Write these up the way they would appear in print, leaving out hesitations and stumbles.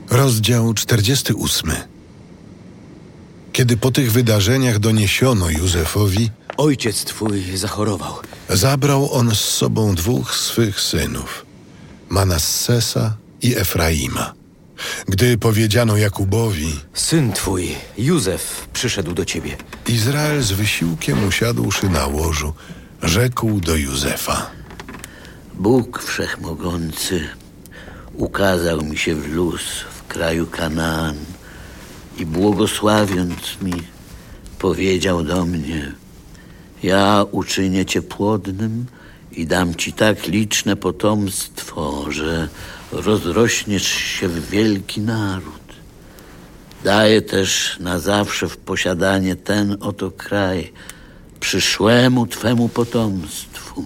Rozdział 48. Kiedy po tych wydarzeniach doniesiono Józefowi, Ojciec twój zachorował. zabrał on z sobą 2 swych synów, Manassesa i Efraima. Gdy powiedziano Jakubowi, Syn twój, Józef, przyszedł do ciebie. Izrael z wysiłkiem usiadłszy na łożu, rzekł do Józefa: Bóg Wszechmogący ukazał mi się w Luz w kraju Kanaan i błogosławiąc mi powiedział do mnie: ja uczynię cię płodnym i dam ci tak liczne potomstwo, że rozrośniesz się w wielki naród. Daję też na zawsze w posiadanie ten oto kraj przyszłemu twemu potomstwu.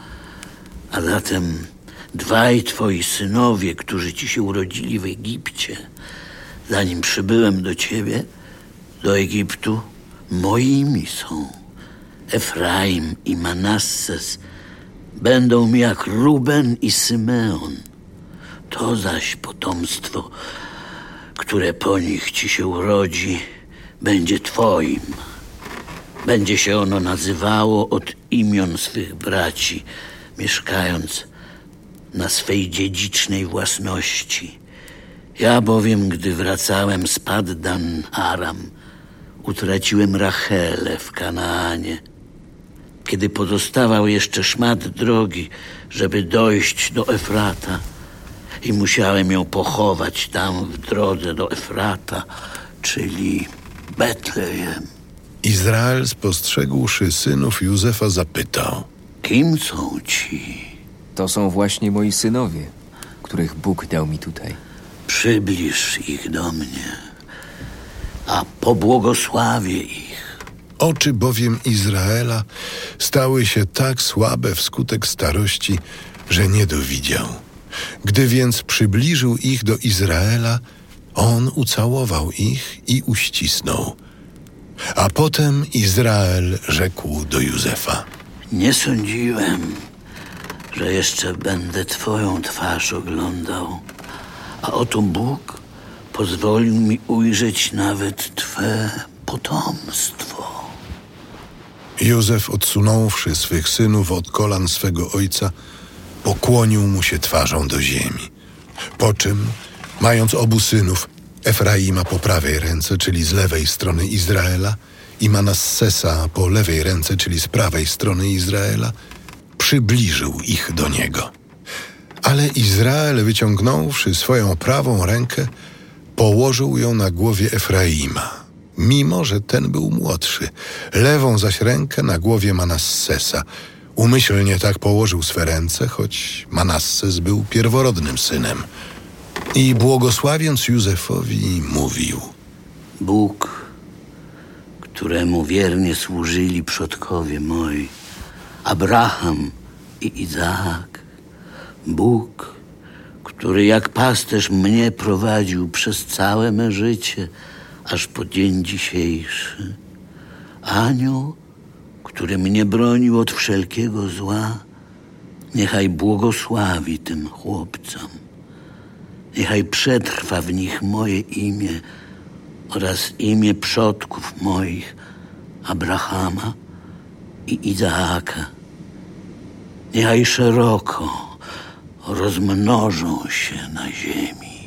A zatem 2 twoi synowie, którzy ci się urodzili w Egipcie, zanim przybyłem do ciebie, do Egiptu, moimi są. Efraim i Manasses będą mi jak Ruben i Symeon. To zaś potomstwo, które po nich ci się urodzi, będzie twoim. Będzie się ono nazywało od imion swych braci, mieszkając na swej dziedzicznej własności. Ja bowiem, gdy wracałem z Paddan Aram, utraciłem Rachelę w Kanaanie. Kiedy pozostawał jeszcze szmat drogi, żeby dojść do Efrata, i musiałem ją pochować tam w drodze do Efrata, czyli Betlejem. Izrael, spostrzegłszy synów Józefa, zapytał: Kim są ci? To są właśnie moi synowie, których Bóg dał mi tutaj. Przybliż ich do mnie, a pobłogosławię ich. Oczy bowiem Izraela stały się tak słabe wskutek starości, że nie dowidział. Gdy więc przybliżył ich do Izraela, on ucałował ich i uścisnął. A potem Izrael rzekł do Józefa: Nie sądziłem, że jeszcze będę twoją twarz oglądał, a oto Bóg pozwolił mi ujrzeć nawet twe potomstwo. Józef, odsunąwszy swych synów od kolan swego ojca, pokłonił mu się twarzą do ziemi. Po czym, mając obu synów, Efraima po prawej ręce, czyli z lewej strony Izraela, i Manassesa po lewej ręce, czyli z prawej strony Izraela, przybliżył ich do niego. Ale Izrael, wyciągnąwszy swoją prawą rękę, położył ją na głowie Efraima, mimo że ten był młodszy, lewą zaś rękę na głowie Manassesa. Umyślnie tak położył swe ręce, choć Manasses był pierworodnym synem. I błogosławiąc Józefowi, mówił: Bóg, któremu wiernie służyli przodkowie moi, Abraham i Izaak, Bóg, który jak pasterz mnie prowadził przez całe me życie, aż po dzień dzisiejszy, Anioł, który mnie bronił od wszelkiego zła, niechaj błogosławi tym chłopcom. Niechaj przetrwa w nich moje imię oraz imię przodków moich, Abrahama i Izaaka. Niechaj szeroko rozmnożą się na ziemi.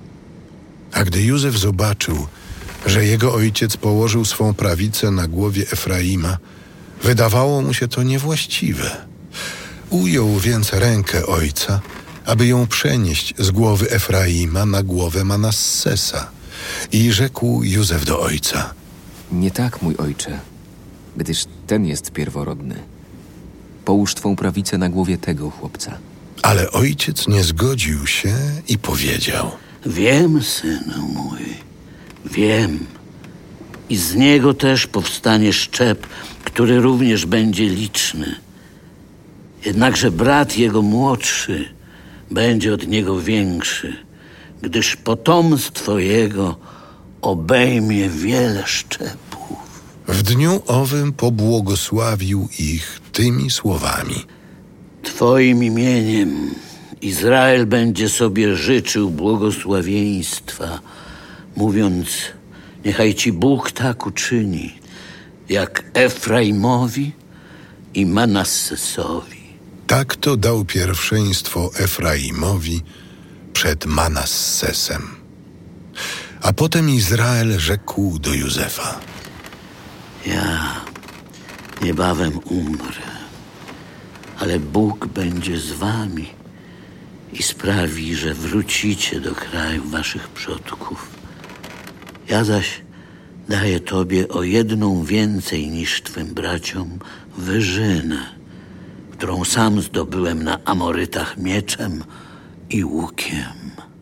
A gdy Józef zobaczył, że jego ojciec położył swą prawicę na głowie Efraima, wydawało mu się to niewłaściwe. Ujął więc rękę ojca, aby ją przenieść z głowy Efraima na głowę Manassesa. I rzekł Józef do ojca: Nie tak, mój ojcze, gdyż ten jest pierworodny. Połóż twą prawicę na głowie tego chłopca. Ale ojciec nie zgodził się i powiedział: Wiem, synu mój, wiem. I z niego też powstanie szczep, który również będzie liczny. Jednakże brat jego młodszy będzie od niego większy, gdyż potomstwo jego obejmie wiele szczepów. W dniu owym pobłogosławił ich tymi słowami: Twoim imieniem Izrael będzie sobie życzył błogosławieństwa, mówiąc: niechaj ci Bóg tak uczyni, jak Efraimowi i Manassesowi. Tak to dał pierwszeństwo Efraimowi przed Manassesem. A potem Izrael rzekł do Józefa: Ja niebawem umrę, ale Bóg będzie z wami i sprawi, że wrócicie do kraju waszych przodków. Ja zaś daję tobie o 1 więcej niż twym braciom wyżynę, którą sam zdobyłem na Amorytach mieczem i łukiem.